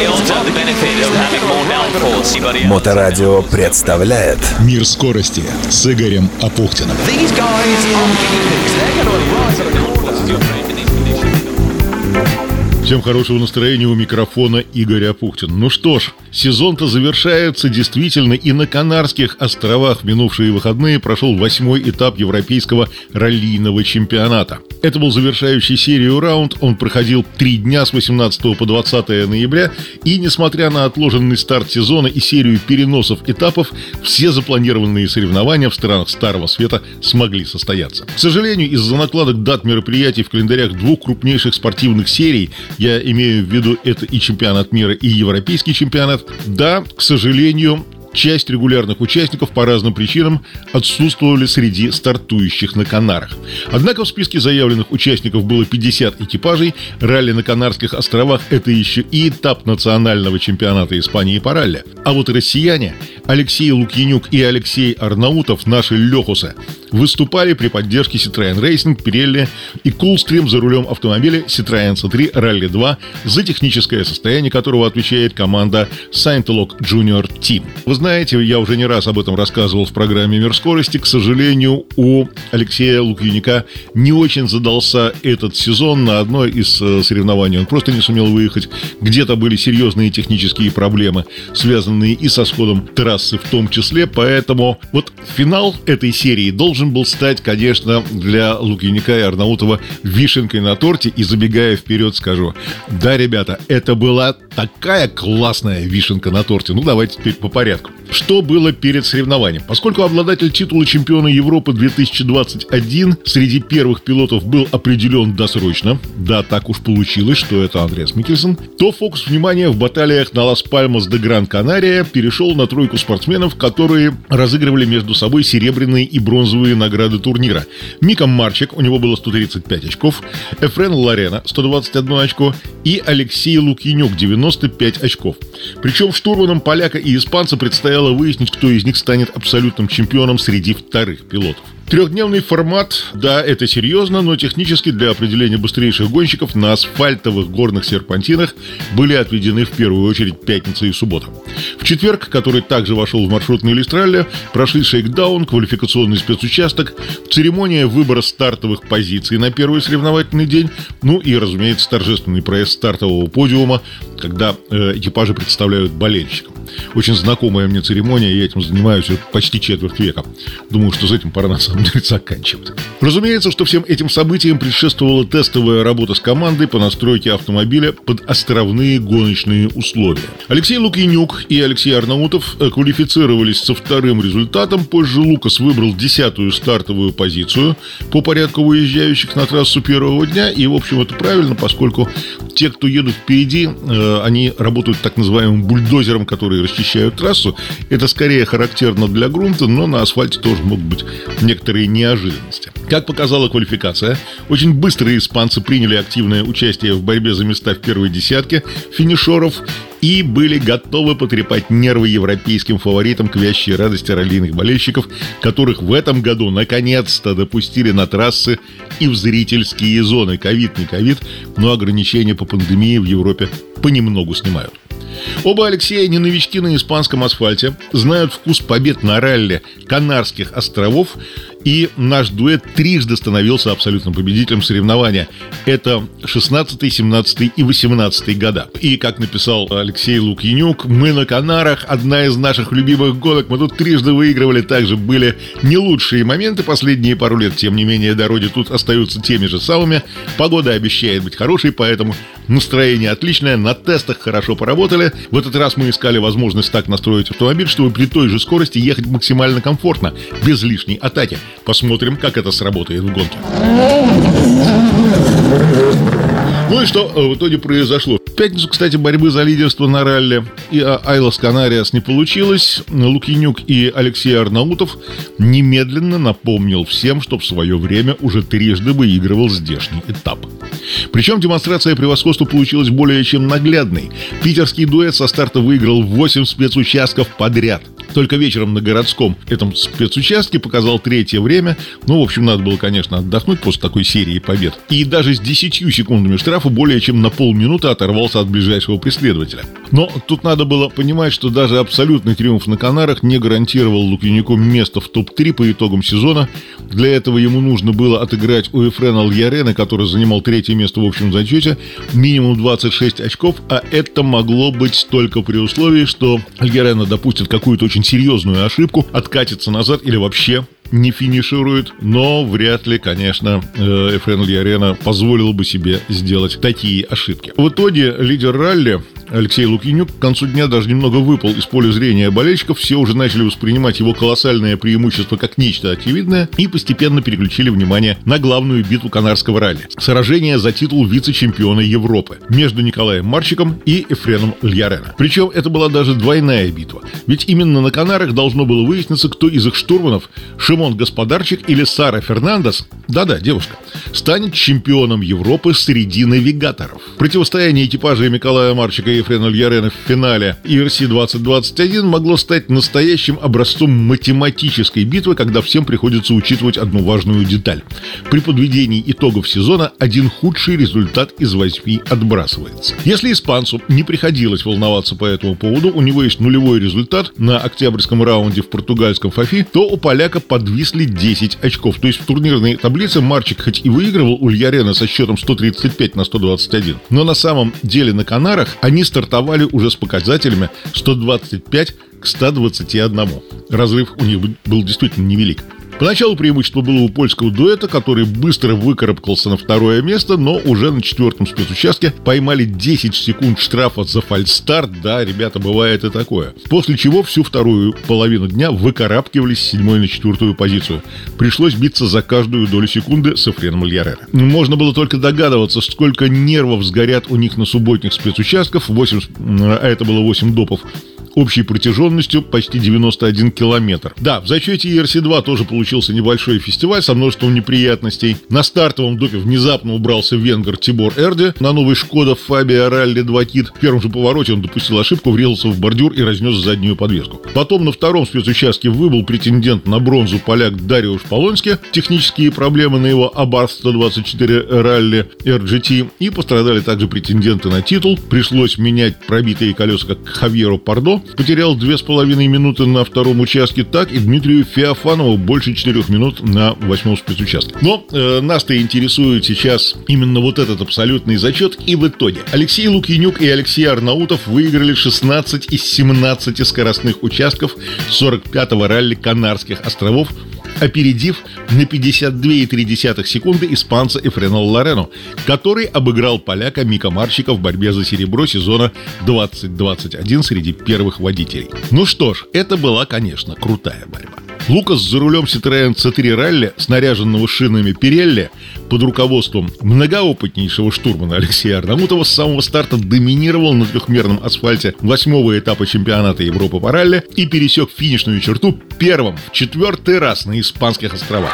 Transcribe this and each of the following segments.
Моторадио представляет «Мир скорости» с Игорем Апухтиным. Всем хорошего настроения, у микрофона Игорь Апухтин. Ну что ж, сезон-то завершается действительно, и на Канарских островах в минувшие выходные прошел 8-й этап Европейского раллийного чемпионата. Это был завершающий серию раунд, он проходил 3 дня с 18 по 20 ноября, и несмотря на отложенный старт сезона и серию переносов этапов, все запланированные соревнования в странах Старого Света смогли состояться. К сожалению, из-за накладок дат мероприятий в календарях двух крупнейших спортивных серий, я имею в виду это и чемпионат мира, и европейский чемпионат, да, к сожалению, часть регулярных участников по разным причинам отсутствовали среди стартующих на Канарах. Однако в списке заявленных участников было 50 экипажей. Ралли на Канарских островах – это еще и этап национального чемпионата Испании по ралли. А вот россияне Алексей Лукьянюк и Алексей Арнаутов, наши лехусы, выступали при поддержке Citroën Racing, Pirelli и Coolstream за рулем автомобиля Citroën C3 Rally 2, за техническое состояние которого отвечает команда Saint-Lô Junior Team. Вы знаете, я уже не раз об этом рассказывал в программе «Мир скорости». К сожалению, у Алексея Лукьянюка не очень задался этот сезон. На одно из соревнований он просто не сумел выехать. Где-то были серьезные технические проблемы, связанные и со сходом трассы в том числе. Поэтому вот финал этой серии должен был стать, конечно, для Лукьянюка и Арнаутова вишенкой на торте. И забегая вперед, скажу: да, ребята, это была такая классная вишенка на торте. Ну, давайте теперь по порядку. Что было перед соревнованием? Поскольку обладатель титула чемпиона Европы 2021 среди первых пилотов был определен досрочно, да, так уж получилось, что это Андреас Миккельсен, то фокус внимания в баталиях на Лас-Пальмас де Гран-Канария перешел на тройку спортсменов, которые разыгрывали между собой серебряные и бронзовые награды турнира. Мика Марчик, у него было 135 очков, Эфрен Лорена 121 очко и Алексей Лукьянюк 95 очков. Причем штурманам поляка и испанца предстояло выяснить, кто из них станет абсолютным чемпионом среди вторых пилотов. Трехдневный формат, да, это серьезно, но технически для определения быстрейших гонщиков на асфальтовых горных серпантинах были отведены в первую очередь пятница и суббота. В четверг, который также вошел в маршрутный лист ралли, прошли шейкдаун, квалификационный спецучасток, церемония выбора стартовых позиций на первый соревновательный день, ну и, разумеется, торжественный проезд стартового подиума, когда экипажи представляют болельщикам. Очень знакомая мне церемония, я этим занимаюсь уже почти четверть века. Думаю, что с этим пора на самом деле заканчивать. Разумеется, что всем этим событиям предшествовала тестовая работа с командой по настройке автомобиля под островные гоночные условия. Алексей Лукьянюк и Алексей Арнаутов квалифицировались со вторым результатом. Позже Лукас выбрал 10-ю стартовую позицию по порядку выезжающих на трассу первого дня. И, в общем, это правильно, поскольку те, кто едут впереди, они работают так называемым бульдозером, который расчищают трассу. Это скорее характерно для грунта, но на асфальте тоже могут быть некоторые неожиданности. Как показала квалификация, очень быстро испанцы приняли активное участие в борьбе за места в первой десятке финишеров и были готовы потрепать нервы европейским фаворитам к вящей радости раллийных болельщиков, которых в этом году наконец-то допустили на трассы и в зрительские зоны. Ковид не ковид, но ограничения по пандемии в Европе понемногу снимают. Оба Алексея не новички на испанском асфальте, знают вкус побед на ралли Канарских островов, и наш дуэт трижды становился абсолютным победителем соревнования. Это 16-й, 17-й и 18-й года. И, как написал Алексей Лукьянюк, мы на Канарах, одна из наших любимых гонок, мы тут трижды выигрывали, также были не лучшие моменты последние пару лет, тем не менее дороги тут остаются теми же самыми, погода обещает быть хорошей, поэтому настроение отличное, на тестах хорошо поработали. В этот раз мы искали возможность так настроить автомобиль, чтобы при той же скорости ехать максимально комфортно, без лишней атаки. Посмотрим, как это сработает в гонке. Ну и что в итоге произошло? В пятницу, кстати, борьбы за лидерство на ралли и Айлас Канариас не получилось. Лукьянюк и Алексей Арнаутов немедленно напомнил всем, что в свое время уже трижды выигрывал здешний этап. Причем демонстрация превосходства получилась более чем наглядной. Питерский дуэт со старта выиграл 8 спецучастков подряд. Только вечером на городском этом спецучастке показал третье время. В общем, надо было, конечно, отдохнуть после такой серии побед. И даже с 10 секундами штрафа более чем на полминуты оторвался от ближайшего преследователя. Но тут надо было понимать, что даже абсолютный триумф на Канарах не гарантировал Лукьянюку место в топ-3 по итогам сезона. Для этого ему нужно было отыграть у Ефрена Льярена, который занимал третье место в общем зачете, минимум 26 очков, а это могло быть только при условии, что Льярена допустит какую-то очень серьезную ошибку, откатится назад или вообще не финиширует, но вряд ли, конечно, Ефрен Льярена позволил бы себе сделать такие ошибки. В итоге лидер ралли Алексей Лукьянюк к концу дня даже немного выпал из поля зрения болельщиков, все уже начали воспринимать его колоссальное преимущество как нечто очевидное и постепенно переключили внимание на главную битву канарского ралли. Сражение за титул вице-чемпиона Европы между Николаем Марчиком и Ефреном Льярена. Причем это была даже двойная битва, ведь именно на Канарах должно было выясниться, кто из их штурманов, Шимон Господарчик или Сара Фернандес, да-да, девушка, станет чемпионом Европы среди навигаторов. Противостояние экипажа Николая Марчика и Ефрена Льярена в финале ERC 2021 могло стать настоящим образцом математической битвы, когда всем приходится учитывать одну важную деталь. При подведении итогов сезона один худший результат из 8 отбрасывается. Если испанцу не приходилось волноваться по этому поводу, у него есть нулевой результат на октябрьском раунде в португальском ФАФИ, то у поляка подвисли 10 очков. То есть в турнирной таблице Марчик хоть и выигрывал у Льярена со счетом 135-121, но на самом деле на Канарах они стартовали уже с показателями 125 к 121. Разрыв у них был действительно невелик. Поначалу преимущество было у польского дуэта, который быстро выкарабкался на второе место, но уже на четвертом спецучастке поймали 10 секунд штрафа за фальстарт. Да, ребята, бывает и такое. После чего всю вторую половину дня выкарабкивались с 7 на 4 позицию. Пришлось биться за каждую долю секунды с Ефреном Льярена. Можно было только догадываться, сколько нервов сгорят у них на субботних спецучастках. А это было 8 допов. Общей протяженностью почти 91 километр. Да, в зачете ERC-2 тоже получился небольшой фестиваль со множеством неприятностей. На стартовом допе внезапно убрался венгр Тибор Эрде на новой Шкода Фабия Ралли 2 Кит. В первом же повороте он допустил ошибку, врезался в бордюр и разнес заднюю подвеску. Потом на втором спецучастке выбыл претендент на бронзу поляк Дариуш Полонски. Технические проблемы на его Абарт 124 Ралли RGT. И пострадали также претенденты на титул. Пришлось менять пробитые колеса как Хавьеру Пардо. Потерял 2,5 минуты на втором участке, так и Дмитрию Феофанову больше 4 минут на 8-м спецучастке. Но нас-то интересует сейчас именно вот этот абсолютный зачет. И в итоге Алексей Лукьянюк и Алексей Арнаутов выиграли 16 из 17 скоростных участков 45-го ралли Канарских островов, опередив на 52,3 секунды испанца Ефрена Льярену, который обыграл поляка Мика Марчика в борьбе за серебро сезона 2021 среди первых водителей. Ну что ж, это была, конечно, крутая борьба. Лукас за рулем Citroёn C3 ралли, снаряженного шинами Pirelli, под руководством многоопытнейшего штурмана Алексея Арнаутова с самого старта доминировал на трехмерном асфальте 8-го этапа чемпионата Европы по ралли и пересек финишную черту первым в 4-й раз на Испанских островах.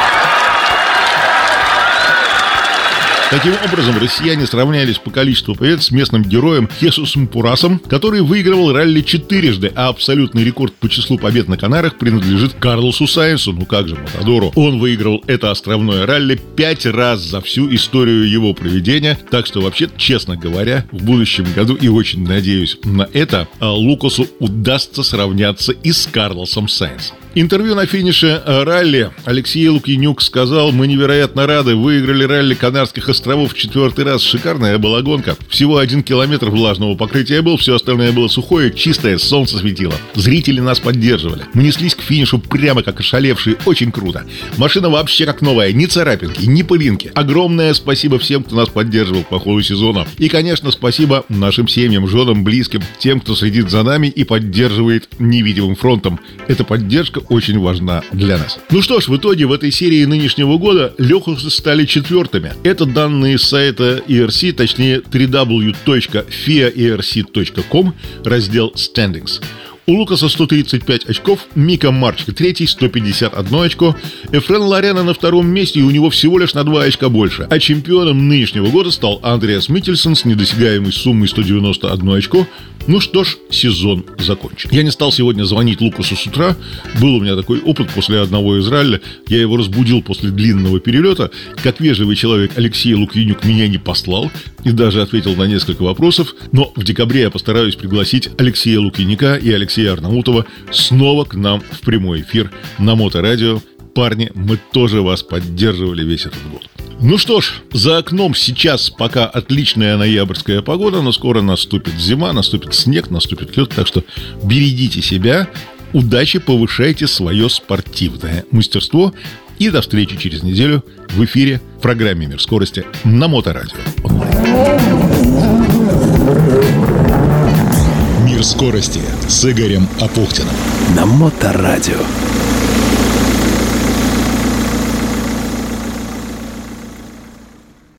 Таким образом, россияне сравнялись по количеству побед с местным героем Хесусом Пурасом, который выигрывал ралли 4-жды, а абсолютный рекорд по числу побед на Канарах принадлежит Карлосу Сайнсу, ну как же, Матадору. Он выиграл это островное ралли 5 раз за всю историю его проведения, так что вообще, честно говоря, в будущем году, и очень надеюсь на это, Лукасу удастся сравняться и с Карлосом Сайнсом. Интервью на финише ралли Алексей Лукьянюк сказал: «Мы невероятно рады, выиграли ралли Канарских островов в 4-й раз. Шикарная была гонка. Всего 1 километр влажного покрытия был, все остальное было сухое, чистое, солнце светило. Зрители нас поддерживали. Мы неслись к финишу прямо как ошалевшие, очень круто. Машина вообще как новая, ни царапинки, ни пылинки. Огромное спасибо всем, кто нас поддерживал по ходу сезона. И, конечно, спасибо нашим семьям, женам, близким, тем, кто следит за нами и поддерживает невидимым фронтом. Эта поддержка очень важна для нас». Ну что ж, в итоге в этой серии нынешнего года Лехусы стали 4-ми. Это данные с сайта ERC, точнее www.fiaerc.com, раздел Standings. У Лукаса 135 очков, Мика Марчика третий, 151 очко, Эфрен Лорена на втором месте, и у него всего лишь на 2 очка больше. А чемпионом нынешнего года стал Андреас Миттельсен с недосягаемой суммой 191 очко. Ну что ж, сезон закончен. Я не стал сегодня звонить Лукасу с утра. Был у меня такой опыт после одного из ралли. Я его разбудил после длинного перелета. Как вежливый человек, Алексей Лукьянюк меня не послал и даже ответил на несколько вопросов. Но в декабре я постараюсь пригласить Алексея Лукьянюка и Алексея Арнаутова снова к нам в прямой эфир на Моторадио. Парни, мы тоже вас поддерживали весь этот год. Ну что ж, за окном сейчас пока отличная ноябрьская погода, но скоро наступит зима, наступит снег, наступит лед, так что берегите себя, удачи, повышайте свое спортивное мастерство и до встречи через неделю в эфире в программе «Мир скорости» на Моторадио. «Мир скорости» с Игорем Апухтиным на Моторадио.